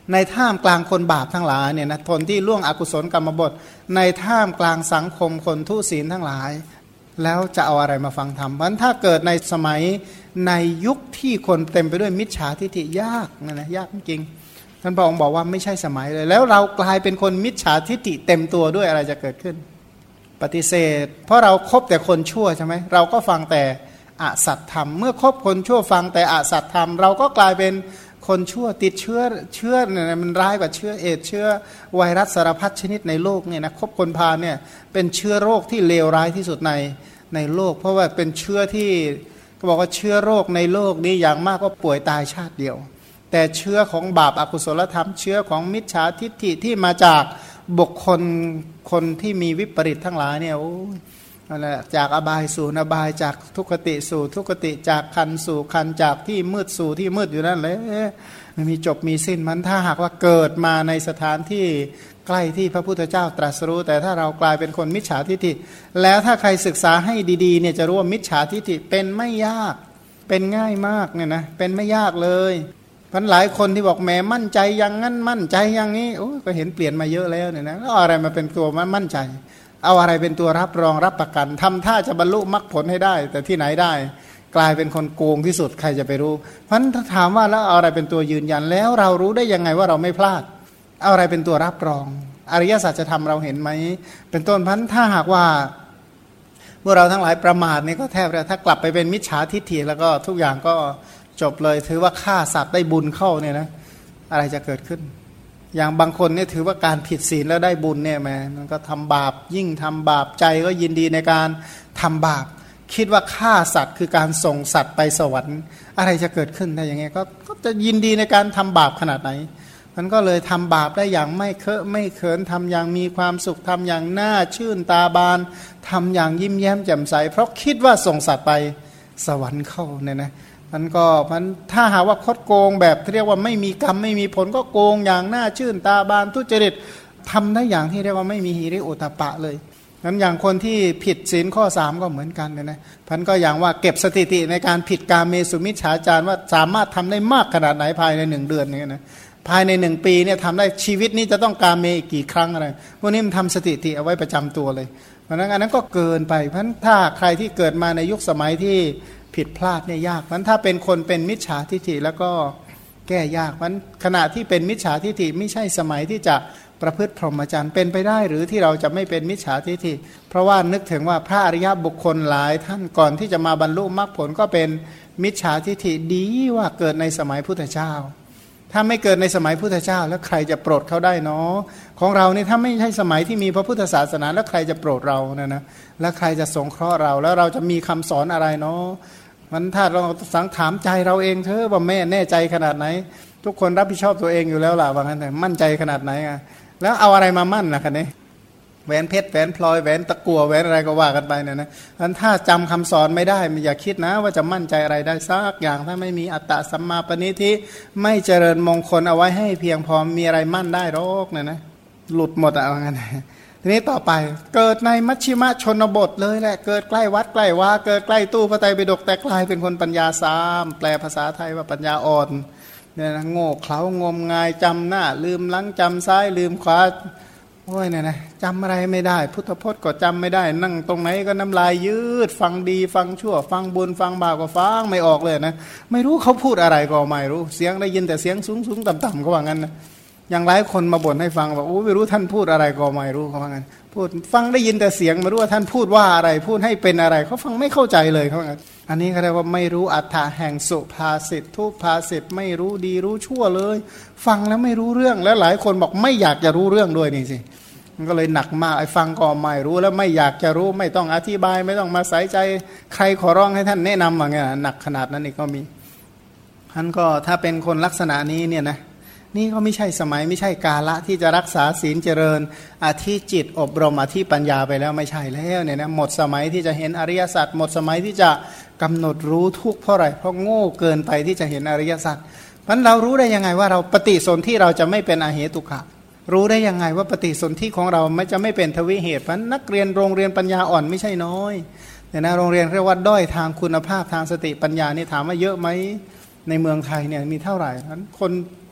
ในท่ามกลางคนบาปทั้งหลายเนี่ยนะทนที่ล่วงอกุศลกรรมบทในท่ามกลางสังคมคนทุศีลทั้งหลายแล้วจะเอาอะไรมาฟังธรรมเพราะฉะนั้นถ้าเกิดในสมัยในยุคที่คนเต็มไปด้วยมิจฉาทิฏฐิยากนะยากจริงท่านพระองค์บอกว่าไม่ใช่สมัยเลยแล้วเรากลายเป็นคนมิจฉาทิฏฐิเต็มตัวด้วยอะไรจะเกิดขึ้นปฏิเสธเพราะเราครบแต่คนชั่วใช่ไหมเราก็ฟังแต่อสัตธรรมเมื่อคบคนชั่วฟังแต่อสัตธรรมเราก็กลายเป็นคนชั่วติดเชื้อเนี่ยมันร้ายกว่าเชื้อเอดส์เชื้อไวรัสสารพัดชนิดในโลกเนี่ยนะคบคนพาลเนี่ยเป็นเชื้อโรคที่เลวร้ายที่สุดในโลกเพราะว่าเป็นเชื้อที่ก็บอกว่าเชื้อโรคในโลกนี้อย่างมากก็ป่วยตายชาติเดียวแต่เชื้อของบาปอกุศลธรรมเชื้อของมิจฉาทิฏฐิที่มาจากบุคคลคนที่มีวิปริตทั้งหลายเนี่ยโอ้จากอบายสู่อบายจากทุกขติสู่ทุกขติจากคันสู่คันจากที่มืดสู่ที่มืดอยู่นั่นเลยไม่มีจบมีสิ้นมันถ้าหากว่าเกิดมาในสถานที่ใกล้ที่พระพุทธเจ้าตรัสรู้แต่ถ้าเรากลายเป็นคนมิจฉาทิฏฐิแล้วถ้าใครศึกษาให้ดีๆเนี่ยจะรู้ว่ามิจฉาทิฏฐิเป็นไม่ยากเป็นง่ายมากเนี่ยนะเป็นไม่ยากเลยเพราะหลายคนที่บอกแหมมั่นใจอย่างนั้นมั่นใจอย่างนี้โอ้ก็เห็นเปลี่ยนมาเยอะแล้วเนี่ยนะแล้วอะไรมาเป็นตัวมั่นใจเอาอะไรเป็นตัวรับรองรับประกันทำท่าจะบรรลุมรรคผลให้ได้แต่ที่ไหนได้กลายเป็นคนโกงที่สุดใครจะไปรู้เพราะฉะนั้นถ้าถามว่าแล้วเอาอะไรเป็นตัวยืนยันแล้วเรารู้ได้ยังไงว่าเราไม่พลาดเอาอะไรเป็นตัวรับรองอริยสัจธรรมเราเห็นไหมเป็นต้นพันถ้าหากว่าเมื่อเราทั้งหลายประมาทนี่ก็แทบจะถ้ากลับไปเป็นมิจฉาทิฏฐิแล้วก็ทุกอย่างก็จบเลยถือว่าฆ่าสัตว์ได้บุญเข้าเนี่ยนะอะไรจะเกิดขึ้นอย่างบางคนเนี่ยถือว่าการผิดศีลแล้วได้บุญเนี่ยแมันก็ทำบาปยิ่งทำบาปใจก็ยินดีในการทำบาปคิดว่าฆ่าสัตว์คือการส่งสัตว์ไปสวรรค์อะไรจะเกิดขึ้นได้ยังไงก็จะยินดีในการทำบาปขนาดไหนมันก็เลยทำบาปได้อย่างไม่เคอะไม่เขินทำอย่างมีความสุขทำอย่างน่าชื่นตาบานทำอย่างยิ้มแย้มแจ่มใสเพราะคิดว่าส่งสัตว์ไปสวรรค์เข้าเนี่ยนะมันถ้าหาว่าคดโกงแบบที่เรียกว่าไม่มีกรรมไม่มีผลก็โกงอย่างน่าชื่นตาบานทุจริตทำได้อย่างที่เรียกว่าไม่มีหิริโอตตัปปะเลยงั้นอย่างคนที่ผิดศีลข้อ3ก็เหมือนกันเนี่ยนะพันก็อย่างว่าเก็บสถิติในการผิดกาเมสุมิจฉาจารว่าสามารถทำได้มากขนาดไหนภายใน1 เดือนเนี่ยนะภายใน1 ปีเนี่ยทำได้ชีวิตนี้จะต้องกาเมอีกกี่ครั้งอะไรพวกนี้มันทำสถิติเอาไว้ประจำตัวเลยเพราะนั้นอันนั้นก็เกินไปเพราะถ้าใครที่เกิดมาในยุคสมัยที่ผิดพลาดเนี่ยยากมันถ้าเป็นคนเป็นมิจฉาทิฏฐิแล้วก็แก้ยากมันขณะที่เป็นมิจฉาทิฏฐิไม่ใช่สมัยที่จะประพฤติพรหมจรรย์เป็นไปได้หรือที่เราจะไม่เป็นมิจฉาทิฏฐิเพราะว่านึกถึงว่าพระอริยบุคคลหลายท่านก่อนที่จะมาบรรลุมรรคผลก็เป็นมิจฉาทิฏฐิดีว่าเกิดในสมัยพุทธเจ้าถ้าไม่เกิดในสมัยพุทธเจ้าแล้วใครจะโปรดเขาได้เนาะของเรานี่ถ้าไม่ใช่สมัยที่มีพระพุทธศาสนาแล้วใครจะโปรดเรานะแล้วใครจะสงเคราะห์เราแล้วเราจะมีคำสอนอะไรเนาะมันถ้าเราสังถามใจเราเองเธอว่าแม่แน่ใจขนาดไหนทุกคนรับผิดชอบตัวเองอยู่แล้วล่ะว่างั้นแต่มั่นใจขนาดไหนอ่ะแล้วเอาอะไรมามั่นล่ะคะเนี่ยแหวนเพชรแหวนพลอยแหวนตะกั่วแหวนอะไรก็ว่ากันไปเนี่ยนะงั้นถ้าจำคำสอนไม่ได้อย่าคิดนะว่าจะมั่นใจอะไรได้สักอย่างถ้าไม่มีอัตตสัมมาปณิธิไม่เจริญมงคลเอาไว้ให้เพียงพอมีอะไรมั่นได้หรอกเนี่ยนะหลุดหมดอะว่างั้นทีนี้ต่อไปเกิดในมัชชิมชนบทเลยแหละเกิดใกล้วัดใกล้ว่าเกิดใกล้ตู้พระไตรปิฎกแต่กลายเป็นคนปัญญาสามแปลภาษาไทยว่าปัญญาอ่อนเนี่ยนะโง่เขลางมงายจำหน้าลืมหลังจำซ้ายลืมขวาโอ้ยเนี่ยนะจำอะไรไม่ได้พุทธพจน์ก็จำไม่ได้นั่งตรงไหนก็น้ำลายยืดฟังดีฟังชั่วฟังบุญฟังบาปก็ฟังไม่ออกเลยนะไม่รู้เขาพูดอะไรก็ไม่รู้เสียงได้ยินแต่เสียงสูงๆต่ำๆก็ว่างั้นนะอย่างหลายคนมาบ่นให้ฟังว่าโอ้ไม่รู้ท่านพูดอะไรก็ไม่รู้เขาว่างั้นพูดฟังได้ยินแต่เสียงไม่รู้ว่าท่านพูดว่าอะไรพูดให้เป็นอะไรเขาฟังไม่เข้าใจเลยเขาว่างั้นอันนี้เขาเรียกว่าไม่รู้อัฏฐะแห่งสุภาษิตทุพภาษิตไม่รู้ดีรู้ชั่วเลยฟังแล้วไม่รู้เรื่องแล้วหลายคนบอกไม่อยากจะรู้เรื่องด้วยนี่สิมันก็เลยหนักมากไอ้ฟังก็ไม่รู้แล้วไม่อยากจะรู้ไม่ต้องอธิบายไม่ต้องมาใส่ใจใครขอร้องให้ท่านแนะนำอย่างเงี้ยหนักขนาดนั้นอีกก็มีท่านก็ถ้าเป็นคนลักษณะนี้เนี่ยนะนี่ก็ไม่ใช่สมัยไม่ใช่กาละที่จะรักษาศีลเจริญอธิจิตอบรมอธิปัญญาไปแล้วไม่ใช่แล้วเนี่ยนะหมดสมัยที่จะเห็นอริยสัจหมดสมัยที่จะกำหนดรู้ทุกข์เพราะอะไรเพราะโง่เกินไปที่จะเห็นอริยสัจเพราะเรารู้ได้ยังไงว่าเราปฏิสนธิเราจะไม่เป็นอเหตุกะรู้ได้ยังไงว่าปฏิสนธิของเราไม่จะไม่เป็นทวิเหตุเพราะนักเรียนโรงเรียนปัญญาอ่อนไม่ใช่น้อยเนี่ยนะโรงเรียนเรียกว่าด้อยทางคุณภาพทางสติปัญญานี่ถามว่าเยอะไหมในเมืองไทยเนี่ยมีเท่าไหร่คน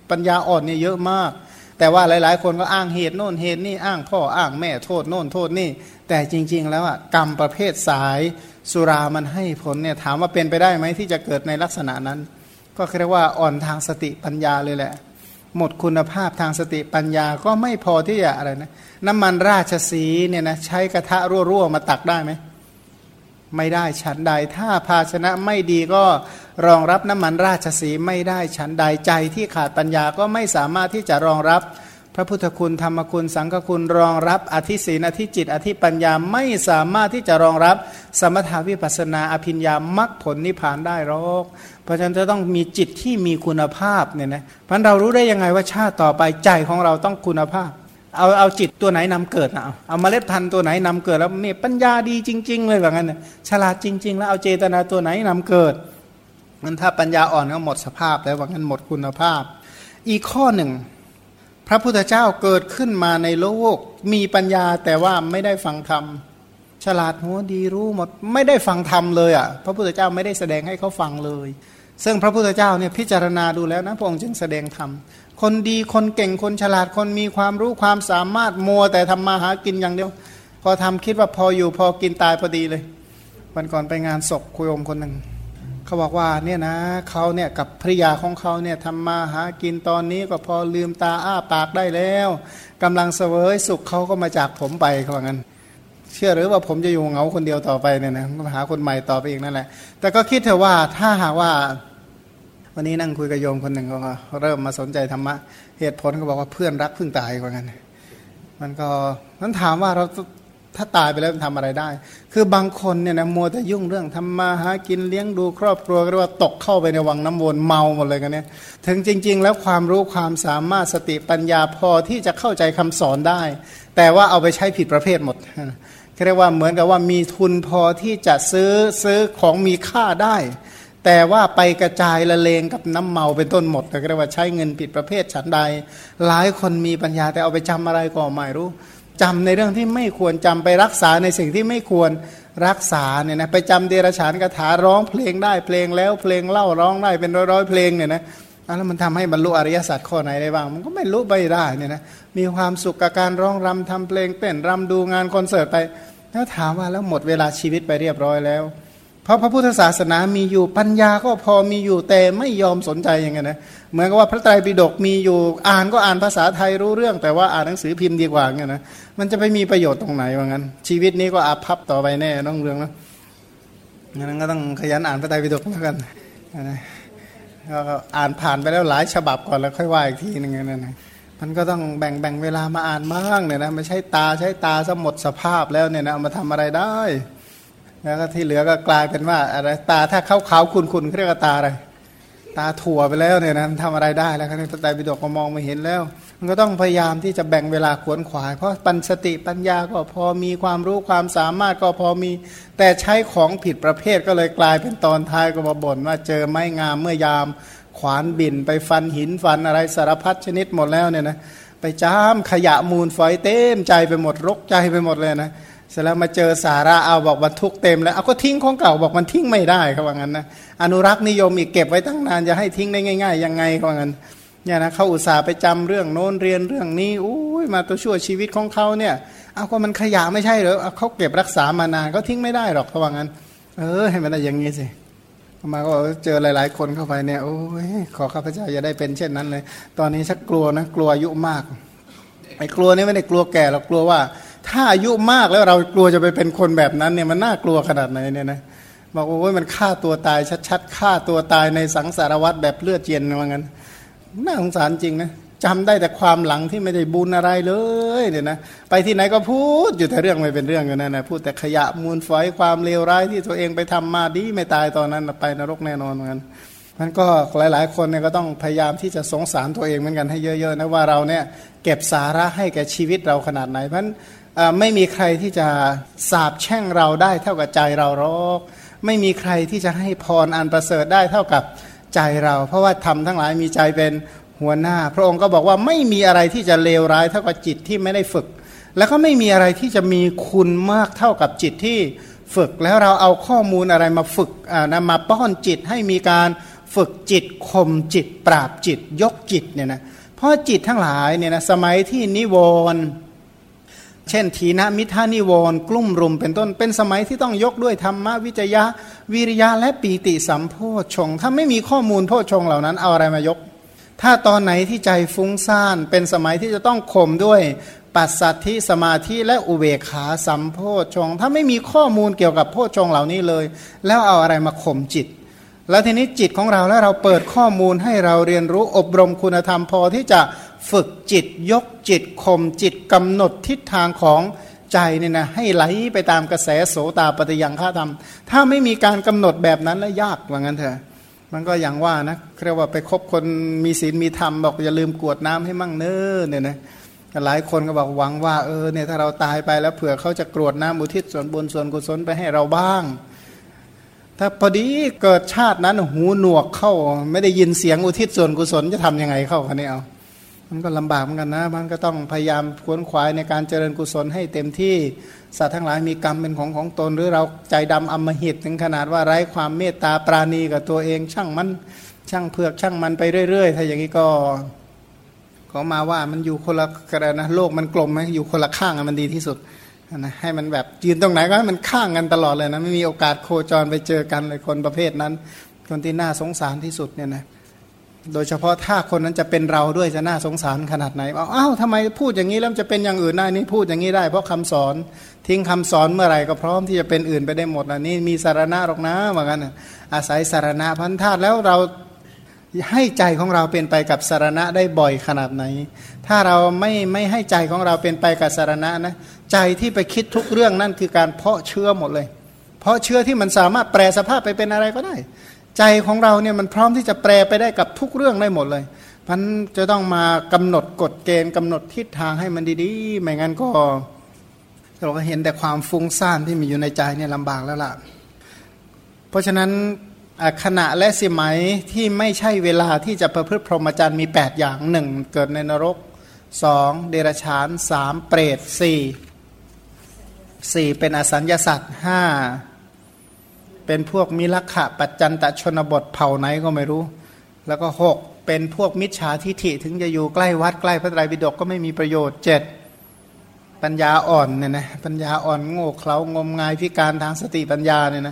ปัญญาอ่อนเนี่ยเยอะมากแต่ว่าหลายๆคนก็อ้างเหตุโน่นเหตุนี่อ้างพ่ออ้างแม่โทษโน่นโทษนี่แต่จริงๆแล้วอ่ะกรรมประเภทสายสุรามันให้ผลเนี่ยถามว่าเป็นไปได้ไหมที่จะเกิดในลักษณะนั้นก็เรียกว่าอ่อนทางสติปัญญาเลยแหละหมดคุณภาพทางสติปัญญาก็ไม่พอที่จะอะไรนะน้ำมันราชสีเนี่ยนะใช้กระทะรั่วๆมาตักได้ไหมไม่ได้ฉันใดถ้าภาชนะไม่ดีก็รองรับน้ำมันราชสีไม่ได้ฉันใดใจที่ขาดปัญญาก็ไม่สามารถที่จะรองรับพระพุทธคุณธรรมคุณสังฆคุณรองรับอธิศีลอธิจิตอธิปัญญาไม่สามารถที่จะรองรับสมถาวิปัสสนาอภิญญามรรคผลนิพพานได้หรอกเพราะฉะนั้นจะต้องมีจิตที่มีคุณภาพเนี่ยนะเพราะเรารู้ได้ยังไงว่าชาติต่อไปใจของเราต้องคุณภาพเอาจิตตัวไหนนำเกิดนะเอาเมล็ดพันธุ์ตัวไหนนำเกิดแล้วเนี่ยปัญญาดีจริงๆเลยแบบนั้นนะฉลาดจริงๆแล้วเอาเจตนาตัวไหนนำเกิดงั้นถ้าปัญญาอ่อนก็หมดสภาพแล้วว่างั้นหมดคุณภาพอีกข้อหนึ่งพระพุทธเจ้าเกิดขึ้นมาในโลกมีปัญญาแต่ว่าไม่ได้ฟังธรรมฉลาดหัวดีรู้หมดไม่ได้ฟังธรรมเลยอ่ะพระพุทธเจ้าไม่ได้แสดงให้เขาฟังเลยซึ่งพระพุทธเจ้าเนี่ยพิจารณาดูแล้วนะพระองค์จึงแสดงธรรมคนดีคนเก่งคนฉลาดคนมีความรู้ความสามารถมัวแต่ทำมาหากินอย่างเดียวพอทำคิดว่าพออยู่พอกินตายพอดีเลยวันก่อนไปงานศพคุยอมคนหนึ่งเขาบอกว่าเนี่ยนะเขาเนี่ยกับภริยาของเขาเนี่ยทำมาหากินตอนนี้ก็พอลืมตาอ้าปากได้แล้วกำลังเสวยสุขเขาก็มาจากผมไปเขาบอกงั้นเชื่อหรือว่าผมจะอยู่เหงาคนเดียวต่อไปเนี่ยนะหาคนใหม่ต่อไปอีกนั่นแหละแต่ก็คิดเถอะว่าถ้าหากว่าวันนี้นั่งคุยกับโยมคนหนึ่งก็เริ่มมาสนใจธรรมะเหตุผลก็บอกว่าเพื่อนรักเพิ่งตายว่างั้นมันก็นั้นถามว่าเราถ้าตายไปแล้วทำอะไรได้คือบางคนเนี่ยนะมัวแต่ยุ่งเรื่องทำมาหากินเลี้ยงดูครอบครัวเรียกว่าตกเข้าไปในวังน้ำวนเมาหมดเลยกันเนี่ยถึงจริงๆแล้วความรู้ความสามารถสติปัญญาพอที่จะเข้าใจคำสอนได้แต่ว่าเอาไปใช้ผิดประเภทหมดเรียกว่าเหมือนกับว่ามีทุนพอที่จะซื้อของมีค่าได้แต่ว่าไปกระจายละเลงกับน้ำเมาเป็นต้นหมดเรียกว่าใช้เงินผิดประเภทฉันใดหลายคนมีปัญญาแต่เอาไปจำอะไรก็ไม่รู้จำในเรื่องที่ไม่ควรจำไปรักษาในสิ่งที่ไม่ควรรักษาเนี่ยนะไปจำเดรัจฉานคาถาร้องเพลงได้เพลงแล้วเพลงเล่าร้องได้เป็นร้อยๆเพลงเนี่ยนะแล้วมันทำให้บรรลุอริยสัจข้อไหนได้บ้างมันก็ไม่รู้ไปได้เนี่ยนะมีความสุขกับการร้องรำทำเพลงเต้นรำดูงานคอนเสิร์ตไปแล้วถามว่าแล้วหมดเวลาชีวิตไปเรียบร้อยแล้วเพราะพระพุทธศาสนามีอยู่ปัญญาก็พอมีอยู่แต่ไม่ยอมสนใจอย่างเงี้ยนะเหมือนกับว่าพระไตรปิฎกมีอยู่อ่านก็อ่านภาษาไทยรู้เรื่องแต่ว่าอ่านหนังสือพิมพ์ดีกว่าเงี้ยนะมันจะไปมีประโยชน์ตรงไหนว่างั้นชีวิตนี้ก็อาภัพต่อไปแน่น้องเรืองนะงั้นก็ต้องขยันอ่านพระไตรปิฎกแล้วกันนะก็อ่านผ่านไปแล้วหลายฉบับก่อนแล้วค่อยว่าอีกทีนึงนะมันก็ต้องแบ่งเวลามาอ่านบ้างเนี่ยนะไม่ใช่ใช้ตาซะหมดสภาพแล้วเนี่ยนะเอามาทำอะไรได้แล้วก็ที่เหลือก็กลายเป็นว่าอะไรตาถ้าขาวๆขุ่นๆเรียกว่าตาอะไรตาถั่วไปแล้วเนี่ยนะทำอะไรได้แล้วในพระไตรปิฎกก็มองไม่เห็นแล้วมันก็ต้องพยายามที่จะแบ่งเวลาขวนขวายเพราะปัญสติปัญญาก็พอมีความรู้ความสามารถก็พอมีแต่ใช้ของผิดประเภทก็เลยกลายเป็นตอนท้ายก็มาบ่นว่าเจอไม้งามเมื่อยามขวานบิ่นไปฟันหินฟันอะไรสารพัดชนิดหมดแล้วเนี่ยนะไปจ้ามขยะมูลฝอยเต็มใจไปหมดรกใจไปหมดเลยนะเสร็จแล้วมาเจอสาระเอาบอกบรรทุกเต็มแล้วเอาก็ทิ้งของเก่าบอกมันทิ้งไม่ได้เขาว่างั้นนะอนุรักษ์นิยมอีกเก็บไว้ตั้งนานจะให้ทิ้งได้ง่ายๆยังไงเขาว่างั้นเนี่ยนะเขาอุตส่าห์ไปจำเรื่องโน้นเรียนเรื่องนี้อุ้ยมาตัวชั่วชีวิตของเขาเนี่ยเอาก็มันขยะไม่ใช่เหรอเขาเก็บรักษามานานเขาทิ้งไม่ได้หรอกเขาว่างั้นให้มันได้อย่างนี้สิมาก็เจอหลายๆคนเข้าไปเนี่ยโอ้ยขอข้าพเจ้าอย่าได้เป็นเช่นนั้นเลยตอนนี้ชักกลัวนะกลัวอายุมากไอ้กลัวนี่ไม่ได้กลัวแก่หรอกกลัวว่าถ้าอายุมากแล้วเรากลัวจะไปเป็นคนแบบนั้นเนี่ยมันน่ากลัวขนาดไหนเนี่ยนะบอกโอ้ยมันฆ่าตัวตายชัดๆฆ่าตัวตายในสังสารวัฏแบบเลือดเย็นว่างั้นน่าสงสารจริงนะจำได้แต่ความหลังที่ไม่ได้บุญอะไรเลยเนี่ยนะไปที่ไหนก็พูดอยู่แต่เรื่องไม่เป็นเรื่องกันนะพูดแต่ขยะมูลฝอยความเลวร้ายที่ตัวเองไปทำมาดีไม่ตายตอนนั้นไปนรกแน่นอนเหมือนกันมันก็หลายๆคนเนี่ยก็ต้องพยายามที่จะสงสารตัวเองเหมือนกันให้เยอะๆนะว่าเราเนี่ยเก็บสาระให้แก่ชีวิตเราขนาดไหนเพราะไม่มีใครที่จะสาปแช่งเราได้เท่ากับใจเราหรอกไม่มีใครที่จะให้พรอันประเสริฐได้เท่ากับใจเราเพราะว่าธรรมทั้งหลายมีใจเป็นหัวหน้าพระองค์ก็บอกว่าไม่มีอะไรที่จะเลวร้ายเท่ากับจิตที่ไม่ได้ฝึกแล้วก็ไม่มีอะไรที่จะมีคุณมากเท่ากับจิตที่ฝึกแล้วเราเอาข้อมูลอะไรมาฝึกนะมาป้อนจิตให้มีการฝึกจิตข่มจิตปราบจิตยกจิตเนี่ยนะเพราะจิตทั้งหลายเนี่ยนะสมัยที่นิวรณ์เช่นทีนะมิทานิวรณ์กลุ่มรุมเป็นต้นเป็นสมัยที่ต้องยกด้วยธรรมะวิจยะวิริยะและปีติสัมโพชฌงค์ถ้าไม่มีข้อมูลโพชฌงค์เหล่านั้นเอาอะไรมายกถ้าตอนไหนที่ใจฟุ้งซ่านเป็นสมัยที่จะต้องข่มด้วยปัสสัทธิสมาธิและอุเบกขาสัมโพชฌงค์ถ้าไม่มีข้อมูลเกี่ยวกับโพชฌงค์เหล่านี้เลยแล้วเอาอะไรมาข่มจิตแล้วทีนี้จิตของเราแล้วเราเปิดข้อมูลให้เราเรียนรู้อบรมคุณธรรมพอที่จะฝึกจิตยกจิตข่มจิตกำหนดทิศทางของใจเนี่ยนะให้ไหลไปตามกระแสโสตปฏิยังฆธรรมถ้าไม่มีการกำหนดแบบนั้นแล้วยากว่างั้นเถอะมันก็อย่างว่านะเรียกว่าไปคบคนมีศีลมีธรรมบอกอย่าลืมกรวดน้ำให้มั่งเน้อเนี่ยนะหลายคนก็บอกหวังว่าเนี่ยถ้าเราตายไปแล้วเผื่อเขาจะกรวดน้ำอุทิศส่วนบุญส่วนกุศลไปให้เราบ้างถ้าพอดีเกิดชาตินั้นหูหนวกเข้าไม่ได้ยินเสียงอุทิศส่วนกุศลจะทำยังไงเข้าคะเนี่ยเอามันก็ลำบากเหมือนกันนะมันก็ต้องพยายามขวนขวายในการเจริญกุศลให้เต็มที่สัตว์ทั้งหลายมีกรรมเป็นของตนหรือเราใจดำอำมหิตถึงขนาดว่าไร้ความเมตตาปราณีกับตัวเองช่างมันช่างเผือกช่างมันไปเรื่อยๆถ้าอย่างนี้ก็เขามาว่ามันอยู่คนละกระนะโลกมันกลมไหมอยู่คนละข้างมันดีที่สุดนะให้มันแบบยืนตรงไหนก็ให้มันข้างกันตลอดเลยนะไม่มีโอกาสโคจรไปเจอกันเลยคนประเภทนั้นคนที่น่าสงสารที่สุดเนี่ยนะโดยเฉพาะถ้าคนนั้นจะเป็นเราด้วยจะน่าสงสารขนาดไหนอ้าวทำไมพูดอย่างนี้แล้วจะเป็นอย่างอื่นได้นี่พูดอย่างนี้ได้เพราะคำสอนทิ้งคำสอนเมื่อไหร่ก็พร้อมที่จะเป็นอื่นไปได้หมดนะนี่มีสารณะหรอกนะเหมือนกันอาศัยสารณะพันธาตุแล้วเราให้ใจของเราเป็นไปกับสารณะได้บ่อยขนาดไหนถ้าเราไม่ให้ใจของเราเป็นไปกับสารณะนะใจที่ไปคิดทุกเรื่องนั่นคือการเพาะเชื้อหมดเลยเพราะเชื้อที่มันสามารถแปลสภาพไปเป็นอะไรก็ได้ใจของเราเนี่ยมันพร้อมที่จะแปลไปได้กับทุกเรื่องได้หมดเลยมันจะต้องมากำหนดกฎเกณฑ์กำหนดทิศทางให้มันดีๆไม่งั้นก็เราก็เห็นแต่ความฟุ้งซ่านที่มีอยู่ในใจเนี่ยลำบากแล้วล่ะเพราะฉะนั้นขณะและสมัยที่ไม่ใช่เวลาที่จะประพฤติพรหมจรรย์มี8อย่าง1เกิดในนรก2เดรัจฉาน3เปรต4เป็นอสัญญาสัตว์5เป็นพวกมิลักขะปัจจันตชนบทเผ่าไหนก็ไม่รู้แล้วก็6เป็นพวกมิจฉาทิฐิถึงจะอยู่ใกล้วัดใกล้พระไตรปิฎกก็ไม่มีประโยชน์7ปัญญาอ่อนเนี่ยนะปัญญาอ่อนโง่เขลางมงายพิการทางสติปัญญาเนี่ยนะ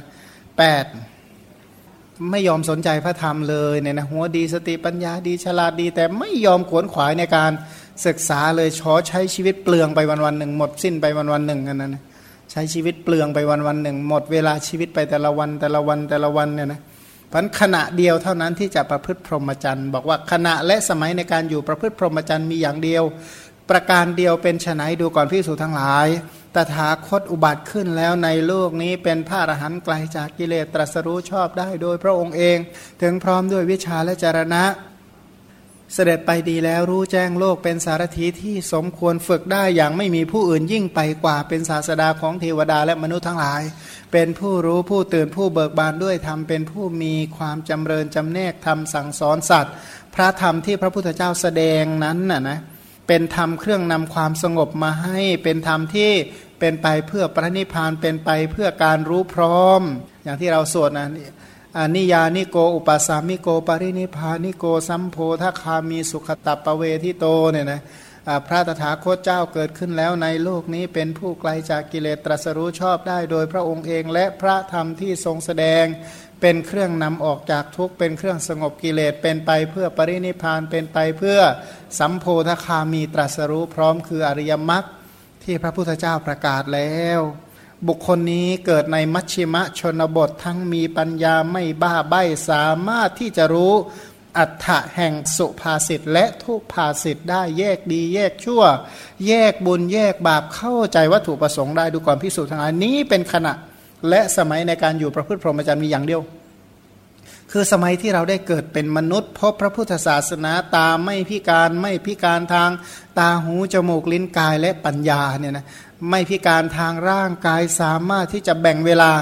8ไม่ยอมสนใจพระธรรมเลยเนี่ยนะหัวดีสติปัญญาดีฉลาดดีแต่ไม่ยอมขวนขวายในการศึกษาเลยช้อใช้ชีวิตเปลืองไปวันๆหนึ่งหมดสิ้นไปวันๆหนึ่งกันนะใช้ชีวิตเปลืองไปวันๆหนึ่งหมดเวลาชีวิตไปแต่ละวันเนี่ยนะเพราะขณะเดียวเท่านั้นที่จะประพฤติพรหมจรรย์บอกว่าขณะและสมัยในการอยู่ประพฤติพรหมจรรย์มีอย่างเดียวประการเดียวเป็นไฉนดูก่อนภิกษุทั้งหลายตถาคตอุบัติขึ้นแล้วในโลกนี้เป็นพระอรหันต์ไกลจากกิเลสตรัสรู้ชอบได้โดยพระองค์เองถึงพร้อมด้วยวิชาและจรณะเสด็จไปดีแล้วรู้แจ้งโลกเป็นสารถีที่สมควรฝึกได้อย่างไม่มีผู้อื่นยิ่งไปกว่าเป็นศาสดาของเทวดาและมนุษย์ทั้งหลายเป็นผู้รู้ผู้ตื่นผู้เบิกบานด้วยธรรมเป็นผู้มีความจำเริญจำแนกธรรมสั่งสอนสัตว์พระธรรมที่พระพุทธเจ้าแสดงนั้นนะเป็นธรรมเครื่องนำความสงบมาให้เป็นธรรมที่เป็นไปเพื่อพระนิพพานเป็นไปเพื่อการรู้พร้อมอย่างที่เราสวดนะนิยานิโกอุปสามิโกปรินิพพานิโกสัมโพธคามีสุขตัปปเวทิโตเนี่ยนะพระตถาคตเจ้าเกิดขึ้นแล้วในโลกนี้เป็นผู้ไกลจากกิเลสตรัสรู้ชอบได้โดยพระองค์เองและพระธรรมที่ทรงแสดงเป็นเครื่องนำออกจากทุกข์เป็นเครื่องสงบกิเลสเป็นไปเพื่อปรินิพพานเป็นไปเพื่อสัมโพธคามีตรัสรู้พร้อมคืออริยมรรคที่พระพุทธเจ้าประกาศแล้วบุคคลนี้เกิดในมัชชิมชนบททั้งมีปัญญาไม่บ้าใบ้สามารถที่จะรู้อัฏฐะแห่งสุภาษิตและทุพภาษิตได้แยกดีแยกชั่วแยกบุญแยกบาปเข้าใจวัตถุประสงค์ได้ดูก่อนภิกษุทั้งหลายนี้เป็นขณะและสมัยในการอยู่ประพฤติพรหมจรรย์มีอย่างเดียวคือสมัยที่เราได้เกิดเป็นมนุษย์พบพระพุทธศาสนาตาไม่พิการทางตาหูจมูกลิ้นกายและปัญญาเนี่ยนะไม่พิการทางร่างกายสามารถที่จะแบ่งเวลา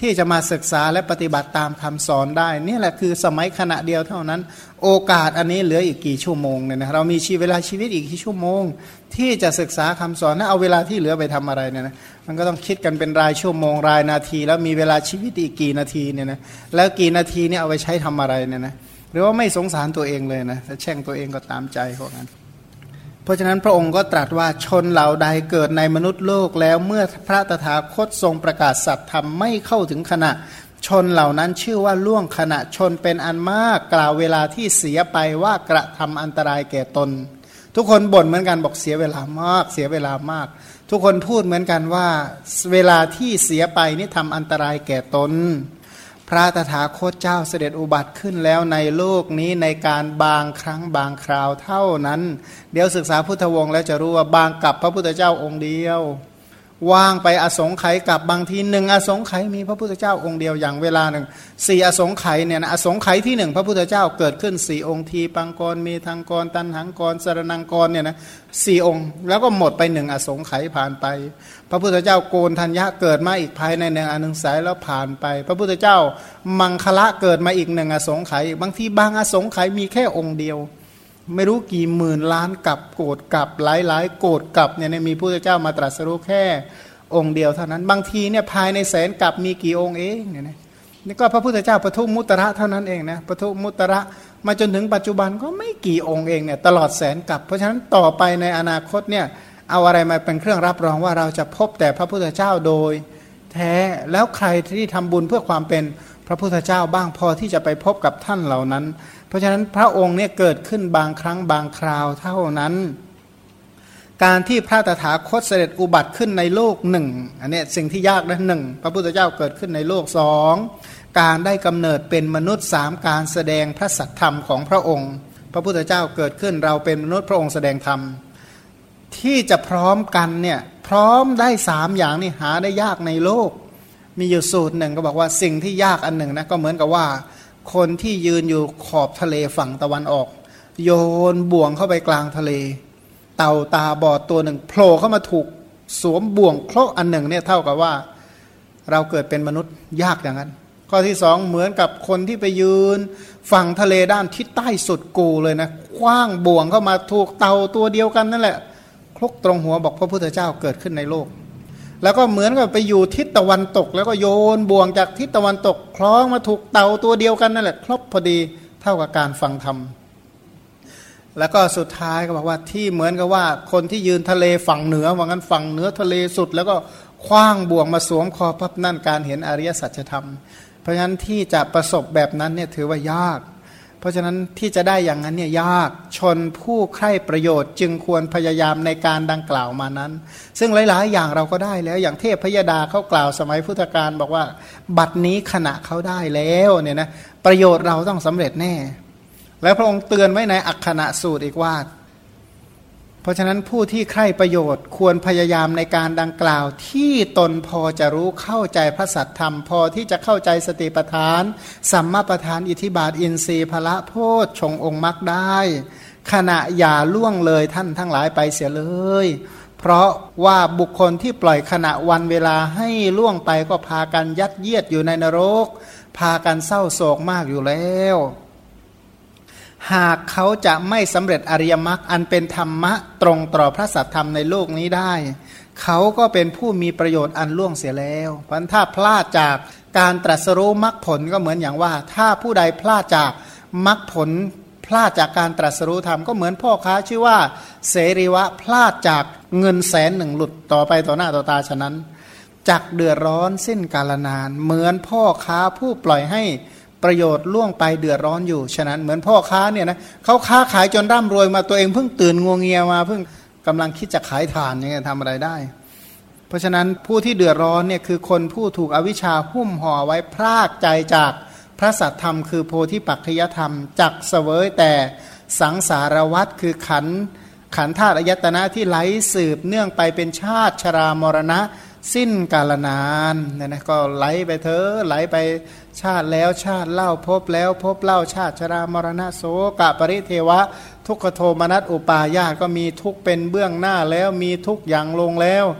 ที่จะมาศึกษาและปฏิบัติตามคำสอนได้นี่แหละคือสมัยขณะเดียวเท่านั้นโอกาสอันนี้เหลืออีกกี่ชั่วโมงเนี่ยนะเรามีเวลาชีวิตอีกกี่ชั่วโมงที่จะศึกษาคำสอนนะเอาเวลาที่เหลือไปทำอะไรเนี่ยนะมันก็ต้องคิดกันเป็นรายชั่วโมงรายนาทีแล้วมีเวลาชีวิตอีกกี่นาทีเนี่ยนะแล้วกี่นาทีเนี่ยเอาไปใช้ทำอะไรเนี่ยนะหรือว่าไม่สงสารตัวเองเลยนะถ้าแช่งตัวเองก็ตามใจเขางั้นเพราะฉะนั้นพระองค์ก็ตรัสว่าชนเหล่าใดเกิดในมนุษย์โลกแล้วเมื่อพระตถาคตทรงประกาศสัตธรรมไม่เข้าถึงขณะชนเหล่านั้นชื่อว่าล่วงขณะชนเป็นอันมากกล่าวเวลาที่เสียไปว่ากระทำอันตรายแก่ตนทุกคนบ่นเหมือนกันบอกเสียเวลามากเสียเวลามากทุกคนพูดเหมือนกันว่าเวลาที่เสียไปนี่ทำอันตรายแก่ตนพระตถาคตเจ้าเสด็จอุบัติขึ้นแล้วในโลกนี้ในการบางครั้งบางคราวเท่านั้นเดี๋ยวศึกษาพุทธวงศ์แล้วจะรู้ว่าบางกับพระพุทธเจ้าองค์เดียวว่างไปอสงไขยกับบางทีหนึ่งอสงไขยมีพระพุทธเจ้าองค์เดียวอย่างเวลาหนึ่งสี่อสงไขยเนี่ยนะอสงไขยที่หนึ่งพระพุทธเจ้าเกิดขึ้นสี่องค์ทีปังกรมีทังกรตันหังกรสรนังกรเนี่ยนะสี่องค์แล้วก็หมดไปหนึ่งอสงไขยผ่านไปพระพุทธเจ้าโกนทัญญะเกิดมาอีกภายในหนึ่งอนึงสายแล้วผ่านไปพระพุทธเจ้ามังคละเกิดมาอีกหนึ่งอสงไขยบางทีบางอสงไขยมีแค่องค์เดียวไม่รู้กี่หมื่นล้านกับโกรธกับหลายๆโกรธกับเนี่ยมีพระพุทธเจ้ามาตรัสรู้แค่องค์เดียวเท่านั้นบางทีเนี่ยภายในแสนกับมีกี่องค์เองเนี่ยนะนี่ก็พระพุทธเจ้าปทุมมุตระเท่านั้นเองนะปทุมมุตระมาจนถึงปัจจุบันก็ไม่กี่องค์เองเนี่ยตลอดแสนกับเพราะฉะนั้นต่อไปในอนาคตเนี่ยเอาอะไรมาเป็นเครื่องรับรองว่าเราจะพบแต่พระพุทธเจ้าโดยแท้แล้วใครที่ทำบุญเพื่อความเป็นพระพุทธเจ้าบ้างพอที่จะไปพบกับท่านเหล่านั้นเพราะฉะนั้นพระองค์เนี่ยเกิดขึ้นบางครั้งบางคราวเท่านั้นการที่พระตถาคตเสด็จอุบัติขึ้นในโลกหนึ่งอันนี้สิ่งที่ยากนะหนึ่งพระพุทธเจ้าเกิดขึ้นในโลกสองการได้กำเนิดเป็นมนุษย์สามการแสดงพระสัทธรรมของพระองค์พระพุทธเจ้าเกิดขึ้นเราเป็นมนุษย์พระองค์แสดงธรรมที่จะพร้อมกันเนี่ยพร้อมได้สามอย่างนี่หาได้ยากในโลกมีอยู่สูตรหนึ่งก็บอกว่าสิ่งที่ยากอันหนึ่งนะก็เหมือนกับว่าคนที่ยืนอยู่ขอบทะเลฝั่งตะวันออกโยนบ่วงเข้าไปกลางทะเลเต่าตาบอดตัวหนึ่งโผล่เข้ามาถูกสวมบ่วงเคราะห์อันหนึ่งเนี่ยเท่ากับว่าเราเกิดเป็นมนุษย์ยากอย่างนั้นข้อที่สองเหมือนกับคนที่ไปยืนฝั่งทะเลด้านทิศใต้สุดกูเลยนะคว้างบ่วงเข้ามาถูกเต่าตัวเดียวกันนั่นแหละคลุกตรงหัวบอกพระพุทธเจ้าเกิดขึ้นในโลกแล้วก็เหมือนกับไปอยู่ทิศตะวันตกแล้วก็โยนบ่วงจากทิศตะวันตกคล้องมาถูกเต่าตัวเดียวกันนั่นแหละครบพอดีเท่ากับการฟังธรรมแล้วก็สุดท้ายก็บอกว่าที่เหมือนกับว่าคนที่ยืนทะเลฝั่งเหนือว่างั้นฝั่งเหนือทะเลสุดแล้วก็คว้างบ่วงมาสวมคอพับนั่นการเห็นอริยสัจธรรมเพราะฉะนั้นที่จะประสบแบบนั้นเนี่ยถือว่ายากเพราะฉะนั้นที่จะได้อย่างนั้นเนี่ยยากชนผู้ใคร่ประโยชน์จึงควรพยายามในการดังกล่าวมานั้นซึ่งหลายๆอย่างเราก็ได้แล้วอย่างเทพพยดาเขากล่าวสมัยพุทธกาลบอกว่าบัดนี้ขณะเขาได้แล้วเนี่ยนะประโยชน์เราต้องสำเร็จแน่แล้วพระองค์เตือนไว้ในอักขณะสูตรอีกว่าเพราะฉะนั้นผู้ที่ใคร่ประโยชน์ควรพยายามในการดังกล่าวที่ตนพอจะรู้เข้าใจพระสัทธรรมพอที่จะเข้าใจสติปัฏฐานสัมมาปัฏฐานอิทธิบาทอินทรีย์พละโพชฌงค์องค์มรรคได้ขณะอย่าล่วงเลยท่านทั้งหลายไปเสียเลยเพราะว่าบุคคลที่ปล่อยขณะวันเวลาให้ล่วงไปก็พากันยัดเยียดอยู่ในนรกพากันเศร้าโศกมากอยู่แล้วหากเขาจะไม่สำเร็จอริยมรรคอันเป็นธรรมะตรงต่อพระสัทธรรมในโลกนี้ได้เขาก็เป็นผู้มีประโยชน์อันล่วงเสียแล้วเพราะถ้าพลาดจากการตรัสรู้มรรคผลก็เหมือนอย่างว่าถ้าผู้ใดพลาดจากมรรคผลพลาดจากการตรัสรู้ธรรมก็เหมือนพ่อค้าชื่อว่าเสรีวะพลาดจากเงิน100,000หลุดต่อไปต่อหน้าต่อตาฉะนั้นจักเดือดร้อนสิ้นกาลนานเหมือนพ่อค้าผู้ปล่อยให้ประโยชน์ล่วงไปเดือดร้อนอยู่ฉะนั้นเหมือนพ่อค้าเนี่ยนะเขาค้าขายจนร่ำรวยมาตัวเองเพิ่งตื่นงัวเงียมาเพิ่งกำลังคิดจะขายถ่านเนี่ยทำอะไรได้เพราะฉะนั้นผู้ที่เดือดร้อนเนี่ยคือคนผู้ถูกอวิชชาหุ้มห่อไว้พรากใจจากพระสัทธรรมคือโพธิปัจจยธรรมจักเสวยแต่สังสารวัฏคือขันธ์ธาตุอายตนะที่ไหลสืบเนื่องไปเป็นชาติชรามรณะสิ้นกาลนานเนี่ยนะก็ไหลไปเถอะไหลไปชาติแล้วชาติเล่าพบแล้วพบเล่าชาติชรามรณะโสกะปริเทวะทุกขโทมนัสอุปาญาตก็มีทุกเป็นเบื้องหน้าแล้วมีทุกอย่างลงแล้ว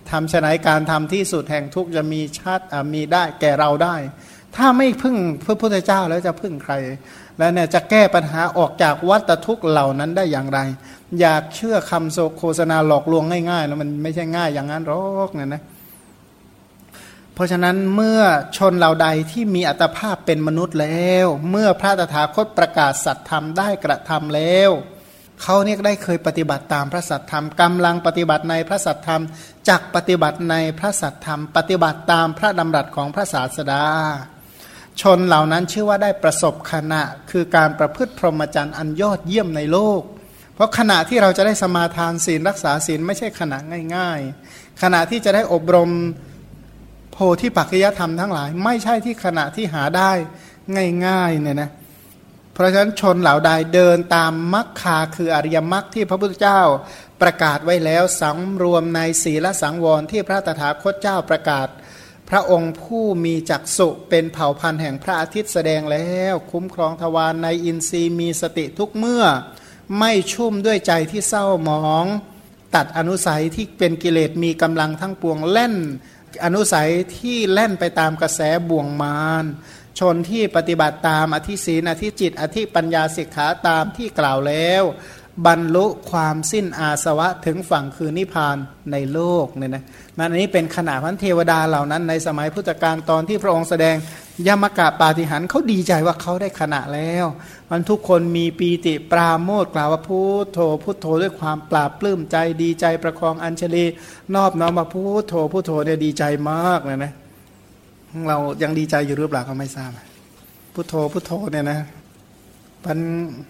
ทำฉะไหนการทำที่สุดแห่งทุกข์จะมีมีได้แก่เราได้ถ้าไม่พึ่งพระพุทธเจ้าแล้วจะพึ่งใครแล้วเนี่ยจะแก้ปัญหาออกจากวัฏทุกข์เหล่านั้นได้อย่างไรอยากเชื่อคำโฆษณาหลอกลวงง่ายๆแล้วมันไม่ใช่ง่ายอย่างนั้นหรอกเนี่ยนะเพราะฉะนั้นเมื่อชนเหล่าใดที่มีอัตภาพเป็นมนุษย์แล้วเมื่อพระตถาคตประกาศสัตธรรมได้กระทำแล้วเขาเนี่ยได้เคยปฏิบัติตามพระสัตธรรมกำลังปฏิบัติในพระสัตธรรมจักปฏิบัติในพระสัตธรรมปฏิบัติตามพระดำรัสของพระศาสดาชนเหล่านั้นชื่อว่าได้ประสบขณะคือการประพฤติพรหมจรรย์อันยอดเยี่ยมในโลกเพราะขณะที่เราจะได้สมาทานศีลรักษาศีลไม่ใช่ขณะง่ายๆขณะที่จะได้อบรมโพธิปัจจยธรรมทั้งหลายไม่ใช่ที่ขณะที่หาได้ง่ายๆเนี่ยนะเพราะฉะนั้นชนเหล่าใดเดินตามมรรคาคืออริยมรรคที่พระพุทธเจ้าประกาศไว้แล้วสำรวมในศีลสังวรที่พระตถาคตเจ้าประกาศพระองค์ผู้มีจักษุเป็นเผ่าพันธุ์แห่งพระอาทิตย์แสดงแล้วคุ้มครองทวารในอินทรีย์มีสติทุกเมื่อไม่ชุ่มด้วยใจที่เศร้าหมองตัดอนุสัยที่เป็นกิเลสมีกำลังทั้งปวงเล่นอนุสัยที่เล่นไปตามกระแสบ่วงมารชนที่ปฏิบัติตามอธิศีลอธิจิตอธิปัญญาสิกขาตามที่กล่าวแล้วบรรลุความสิ้นอาสวะถึงฝั่งคือนิพพานในโลกเนี่ยนะนั่นอันนี้เป็นขณะพันเทวดาเหล่านั้นในสมัยพุทธกาลตอนที่พระองค์แสดงยมกะปาฏิหาริย์เขาดีใจว่าเขาได้ขณะแล้วมันทุกคนมีปีติปราโมทย์กล่าวว่าพุทโธพุทโธด้วยความปราบปลื้มใจดีใจประคองอัญชลีนอบน้อมมาพุทโธพุทโธเนี่ยดีใจมากเลยนะเรายังดีใจอยู่หรือเปล่าก็ไม่ทราบพุทโธพุทโธเนี่ยนะมัน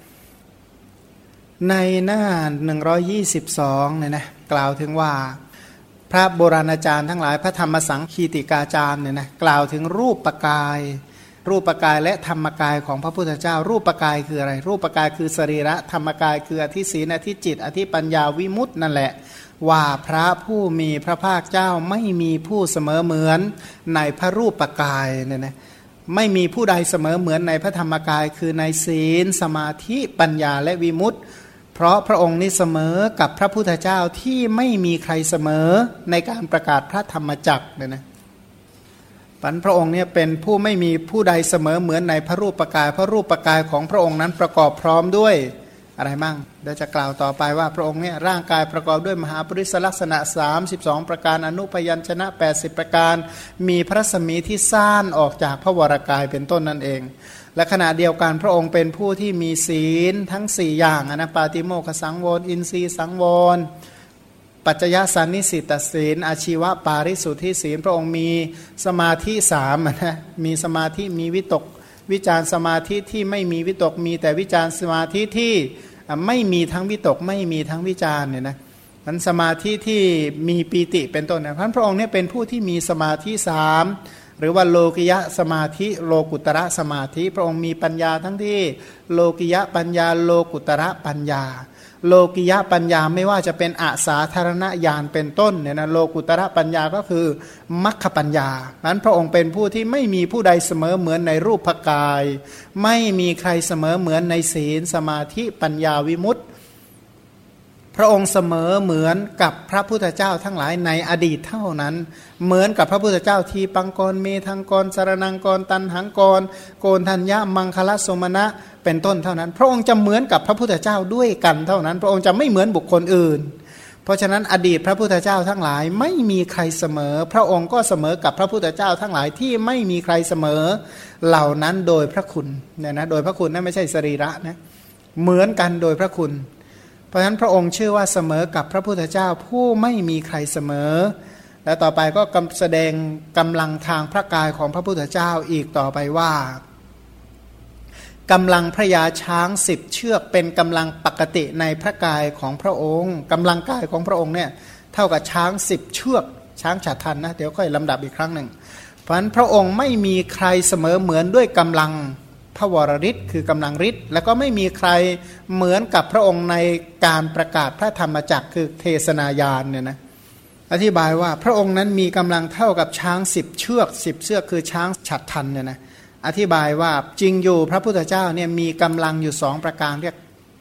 ในหน้า122เนี่ยนะกล่าวถึงว่าพระโบราณอาจารย์ทั้งหลายพระธรรมสังคีติกาจารย์เนี่ยนะกล่าวถึงรูปกายและธรรมกายของพระพุทธเจ้ารูปกายคืออะไรรูปกายคือสรีระธรรมกายคืออธิศีลอธิจิตอธิปัญญาวิมุตตินั่นแหละว่าพระผู้มีพระภาคเจ้าไม่มีผู้เสมอเหมือนในพระรูปกายเนี่ยนะไม่มีผู้ใดเสมอเหมือนในพระธรรมกายคือในศีลสมาธิปัญญาและวิมุตติเพราะพระองค์นี้เสมอกับพระพุทธเจ้าที่ไม่มีใครเสมอในการประกาศพระธรรมจักรเนี่ยนะพระองค์เนี่ยเป็นผู้ไม่มีผู้ใดเสมอเหมือนในพระรูปกายพระรูปกายของพระองค์นั้นประกอบพร้อมด้วยอะไรมั่งเดี๋ยวจะกล่าวต่อไปว่าพระองค์เนี่ยร่างกายประกอบด้วยมหาปริศลักษณะ32ประการอนุพยัญชนะ80ประการมีพระสมีที่ซ่านออกจากพระวรากายเป็นต้นนั่นเองและขณะเดียวกันพระองค์เป็นผู้ที่มีศีลทั้ง4อย่างนะปาติโมกขสังวรอินทรีย์สังวรปัจจยสันนิสิตศีลอาชีวปาริสุทธิศีลพระองค์มีสมาธิ3นะมีสมาธิมีวิตกวิจารสมาธิที่ไม่มีวิตกมีแต่วิจารสมาธิที่ไม่มีทั้งวิตกไม่มีทั้งวิจารเนี่ยนะนั้นสมาธิที่มีปีติเป็นต้นนะพระองค์เนี่ยเป็นผู้ที่มีสมาธิ3หรือว่าโลกิยะสมาธิโลกุตระสมาธิพระองค์มีปัญญาทั้งที่โลกิยะปัญญาโลกุตระปัญญาโลกิยะปัญญาไม่ว่าจะเป็นอาสาธารณญาณเป็นต้นเนี่ยนะโลกุตระปัญญาก็คือมัคคปัญญานั้นพระองค์เป็นผู้ที่ไม่มีผู้ใดเสมอเหมือนในรูปกายไม่มีใครเสมอเหมือนในศีลสมาธิปัญญาวิมุตติพระองค์เสมอเหมือนกับพระพุทธเจ้าทั้งหลายในอดีตเท่านั้นเหมือนกับพระพุทธเจ้าทีปังกรเมทังกรสารนังกรตันหังกรโกนทัญญามังคละสมณะเป็นต้นเท่านั้นพระองค์จะเหมือนกับพระพุทธเจ้าด้วยกันเท่านั้นพระองค์จะไม่เหมือนบุคคลอื่นเพราะฉะนั้นอดีตพระพุทธเจ้าทั้งหลายไม่มีใครเสมอพระองค์ก็เสมอกับพระพุทธเจ้าทั้งหลายที่ไม่มีใครเสมอเหล่านั้นโดยพระคุณเนี่ยนะโดยพระคุณนั่นไม่ใช่สรีระนะเหมือนกันโดยพระคุณเพราะฉะนั้นพระองค์ชื่อว่าเสมอกับพระพุทธเจ้าผู้ไม่มีใครเสมอและต่อไปก็แสดงกำลังทางพระกายของพระพุทธเจ้าอีกต่อไปว่ากำลังพระยาช้าง10เชือกเป็นกำลังปกติในพระกายของพระองค์กำลังกายของพระองค์เนี่ยเท่ากับช้าง10เชือกช้างฉัตรทันนะเดี๋ยวค่อยลำดับอีกครั้งหนึ่งเพราะฉะนั้นพระองค์ไม่มีใครเสมอเหมือนด้วยกำลังพระวรฤทธิ์คือกำลังฤทธิ์แล้วก็ไม่มีใครเหมือนกับพระองค์ในการประกาศพระธรรมจักรคือเทศนายานเนี่ยนะอธิบายว่าพระองค์นั้นมีกำลังเท่ากับช้าง10เชือก10เชือกคือช้างฉัตรทันเนี่ยนะอธิบายว่าจริงอยู่พระพุทธเจ้าเนี่ยมีกำลังอยู่2ประการเรียก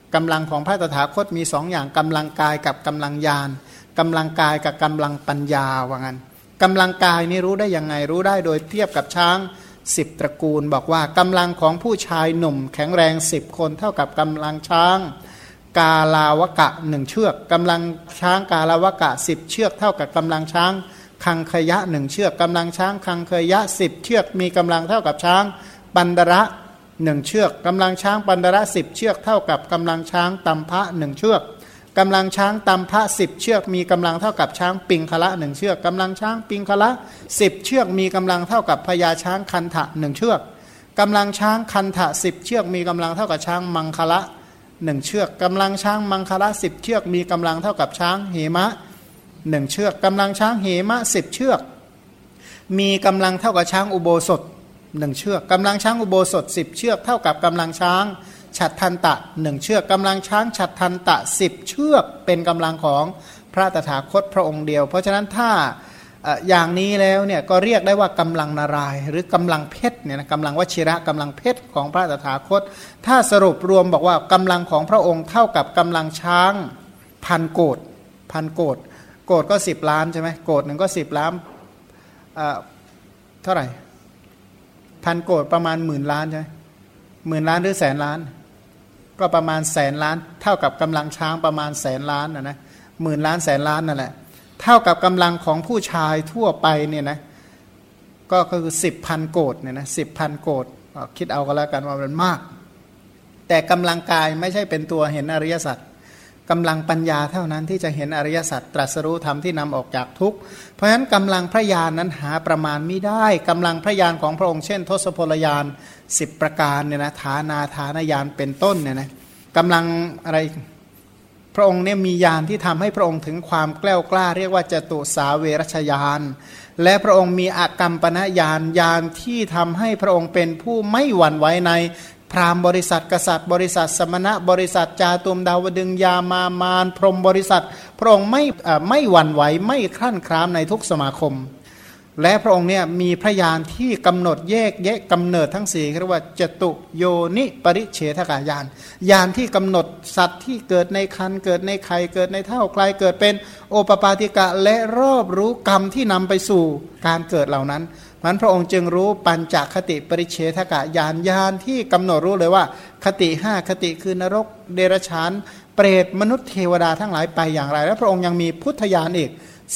กำลังของพระตถาคตมีสองอย่างกำลังกายกับกำลังญาณกำลังกายกับกำลังปัญญาว่างั้นกำลังกายนี่รู้ได้ยังไงรู้ได้โดยเทียบกับช้าง10ตระกูลบอกว่ากำลังของผู้ชายหนุ่มแข็งแรง10คนเท่ากับกำลังช้างกาลาวกะ1เชือกกำลังช้างกาลาวกะ10เชือกเท่ากับกำลังช้างคังคยะ1เชือกกำลังช้างคังคยะ10เชือกมีกำลังเท่ากับช้างปันดระ1เชือกกำลังช้างปันดระ10เชือกเท่ากับกำลังช้างตัมพะ1เชือกกำลังช้างตัมพะ10เชือกมีกำลังเท่ากับช้างปิงคละ1เชือกกำลังช้างปิงคละ10เชือกมีกำลังเท่ากับพญาช้างคันทะ1เชือกกำลังช้างคันทะ10เชือกมีกำลังเท่ากับช้างมังคละ1เชือกกำลังช้างมังคละ10เชือกมีกำลังเท่ากับช้างเหมะ1เชือกกำลังช้างเหมะ10เชือกมีกำลังเท่ากับช้างอุโบสถ1เชือกกำลังช้างอุโบสถ10เชือกเท่ากับกำลังช้างฉัตรทันตะ1เชือกกำลังช้างฉัตรทันตะ10เชือกเป็นกำลังของพระตถาคตพระองค์เดียวเพราะฉะนั้นถ้าอย่างนี้แล้วเนี่ยก็เรียกได้ว่ากำลังนารายณ์หรือกำลังเพชรเนี่ยนะกำลังวชิระกำลังเพชรของพระตถาคตถ้าสรุปรวมบอกว่ากำลังของพระองค์เท่ากับกำลังช้างพันโกฏโกฏก็10ล้านใช่ไหมโกฏหนึ่งก็10ล้านเท่าไหร่พันโกฏประมาณ10,000 ล้านใช่ไหม10,000 ล้านหรือแสนล้านก็ประมาณแสนล้านเท่ากับกำลังช้างประมาณแสนล้านนะ10,000 ล้านแสนล้านนั่นแหละเท่ากับกำลังของผู้ชายทั่วไปเนี่ยนะก็คือ10,000 โกฏเนี่ยนะ10,000 โกฏคิดเอาก็แล้วกันว่ามันมากแต่กำลังกายไม่ใช่เป็นตัวเห็นอริยสัจกำลังปัญญาเท่านั้นที่จะเห็นอริยสัจตรัสรู้ธรรมที่นำออกจากทุกข์เพราะฉะนั้นกำลังพระญาณนั้นหาประมาณไม่ได้กำลังพระญาณของพระองค์เช่นทศพลญาณ10ประการเนี่ยนะฐานาญาณเป็นต้นเนี่ยนะกำลังอะไรพระองค์เนี่ยมีญาณที่ทำให้พระองค์ถึงความแกล้วกล้าเรียกว่าจตุสาเวรชญาณและพระองค์มีอกัมปนญาณญาณที่ทำให้พระองค์เป็นผู้ไม่หวั่นไหวในพราหมณ์บริษัทกษัตริย์บริษัทสมณะบริษัทจาตุมดาวดึงยามามารพรหมบริษัทพระองค์ไม่หวั่นไหวไม่คลั่นคล้ามในทุกสมาคมและพระองค์เนี่ยมีพระญาณที่กำหนดแยกกำเนิดทั้ง4เรียกว่าจตุโยนิปริเฉทกญาณญาณที่กำหนดสัตว์ที่เกิดในครรภ์เกิดในไข่เกิดในเท่าไกลเกิดเป็นโอปปาติกะและรอบรู้กรรมที่นำไปสู่การเกิดเหล่านั้นมันพระองค์จึงรู้ปัญจคติปริเฉทกญาณญาณที่กำหนดรู้เลยว่าคติ5คติคือนรกเดรัจฉานเปรตมนุษย์เทวดาทั้งหลายไปอย่างไรและพระองค์ยังมีพุทธญาณอีก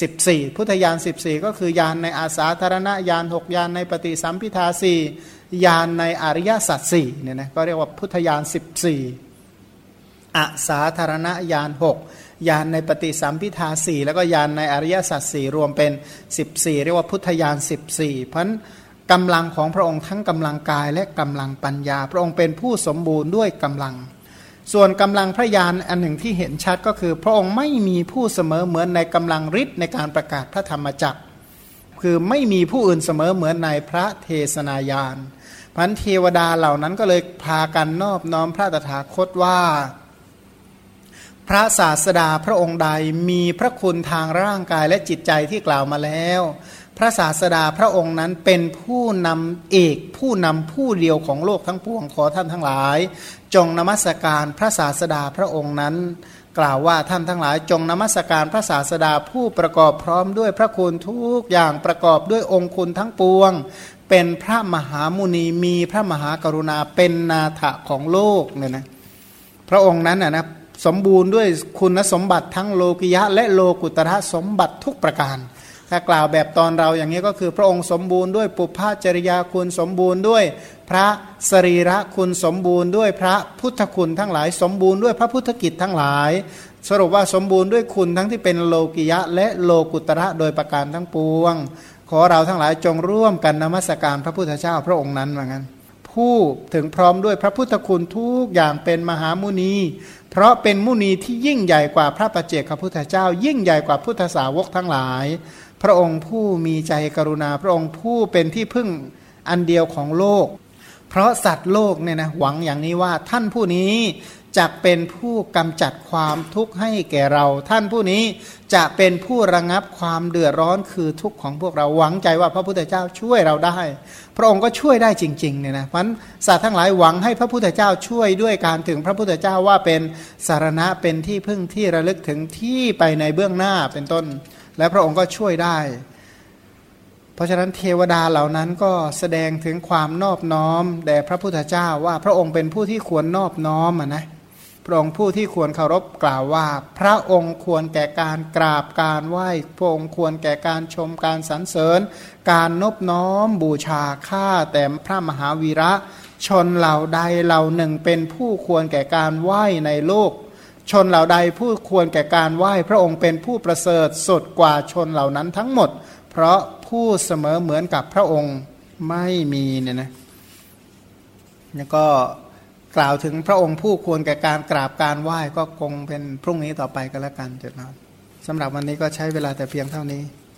14พุทธญาณ14ก็คือญาณในอาสาธารณญาณ6ญาณในปฏิสัมภิทา4ญาณในอริยสัจ4เนี่ยนะก็เรียกว่าพุทธญาณ14อาสาธารณญาณ6ญาณในปฏิสัมภิทา4แล้วก็ญาณในอริยสัจ4รวมเป็น14เรียกว่าพุทธญาณ14เพราะกำลังของพระองค์ทั้งกำลังกายและกำลังปัญญาพระองค์เป็นผู้สมบูรณ์ด้วยกำลังส่วนกำลังพระญาณอันหนึ่งที่เห็นชัดก็คือพระองค์ไม่มีผู้เสมอเหมือนในกำลังฤทธิ์ในการประกาศพระธรรมจักรคือไม่มีผู้อื่นเสมอเหมือนในพระเทศนายานพันเทวดาเหล่านั้นก็เลยพากันนอบน้อมพระตถาคตว่าพระศาสดาพระองค์ใดมีพระคุณทางร่างกายและจิตใจที่กล่าวมาแล้วพระศาสดาพระองค์นั้นเป็นผู้นำเอกผู้นำผู้เดียวของโลกทั้งปวงขอท่านทั้งหลายจงนมัสการพระศาสดาพระองค์นั้นกล่าวว่าท่านทั้งหลายจงนมัสการพระศาสดาผู้ประกอบพร้อมด้วยพระคุณทุกอย่างประกอบด้วยองค์คุณทั้งปวงเป็นพระมหามุนีมีพระมหากรุณาเป็นนาถะของโลกเนี่ยนะพระองค์นั้นนะสมบูรณ์ด้วยคุณสมบัติทั้งโลกิยะและโลกุตระสมบัติทุกประการถ้ากล่าวแบบตอนเราอย่างนี้ก็คือพระองค์สมบูรณ์ด้วยปุพพจริยาคุณสมบูรณ์ด้วยพระสรีระคุณสมบูรณ์ด้วยพระพุทธคุณทั้งหลายสมบูรณ์ด้วยพระพุทธกิจทั้งหลายสรุปว่าสมบูรณ์ด้วยคุณทั้งที่เป็นโลกิยะและโลกุตระโดยประการทั้งปวงขอเราทั้งหลายจงร่วมกันนมัสการพระพุทธเจ้าพระองค์นั้นว่างั้นผู้ถึงพร้อมด้วยพระพุทธคุณทุกอย่างเป็นมหามุนีเพราะเป็นมุนีที่ยิ่งใหญ่กว่าพระปัจเจกพุทธเจ้ายิ่งใหญ่กว่าพุทธสาวกทั้งหลายพระองค์ผู้มีใจกรุณาพระองค์ผู้เป็นที่พึ่งอันเดียวของโลกเพราะสัตว์โลกเนี่ยนะหวังอย่างนี้ว่าท่านผู้นี้จะเป็นผู้กำจัดความทุกข์ให้แก่เราท่านผู้นี้จะเป็นผู้ระงับความเดือดร้อนคือทุกข์ของพวกเราหวังใจว่าพระพุทธเจ้าช่วยเราได้พระองค์ก็ช่วยได้จริงๆเนี่ยนะเพราะฉะนั้นสัตว์ทั้งหลายหวังให้พระพุทธเจ้าช่วยด้วยการถึงพระพุทธเจ้าว่าเป็นสารณะเป็นที่พึ่งที่ระลึกถึงที่ไปในเบื้องหน้าเป็นต้นและพระองค์ก็ช่วยได้เพราะฉะนั้นเทวดาเหล่านั้นก็แสดงถึงความนอบน้อมแด่พระพุทธเจ้าว่าพระองค์เป็นผู้ที่ควรนอบน้อมนะพระองค์ผู้ที่ควรเคารพกล่าวว่าพระองค์ควรแก่การกราบการไหว้พระองค์ควรแก่การชมการสรรเสริญการนบน้อมบูชาข้าแต่พระมหาวีระชนเหล่าใดเหล่าหนึ่งเป็นผู้ควรแก่การไหว้ในโลกชนเหล่าใดผู้ควรแก่การไหว้พระองค์เป็นผู้ประเสริฐสุดกว่าชนเหล่านั้นทั้งหมดเพราะผู้เสมอเหมือนกับพระองค์ไม่มีเนี่ยนะแล้วก็กล่าวถึงพระองค์ผู้ควรแก่การกราบการไหว้ก็คงเป็นพรุ่งนี้ต่อไปก็แล้วกันเถิดนะสำหรับวันนี้ก็ใช้เวลาแต่เพียงเท่านี้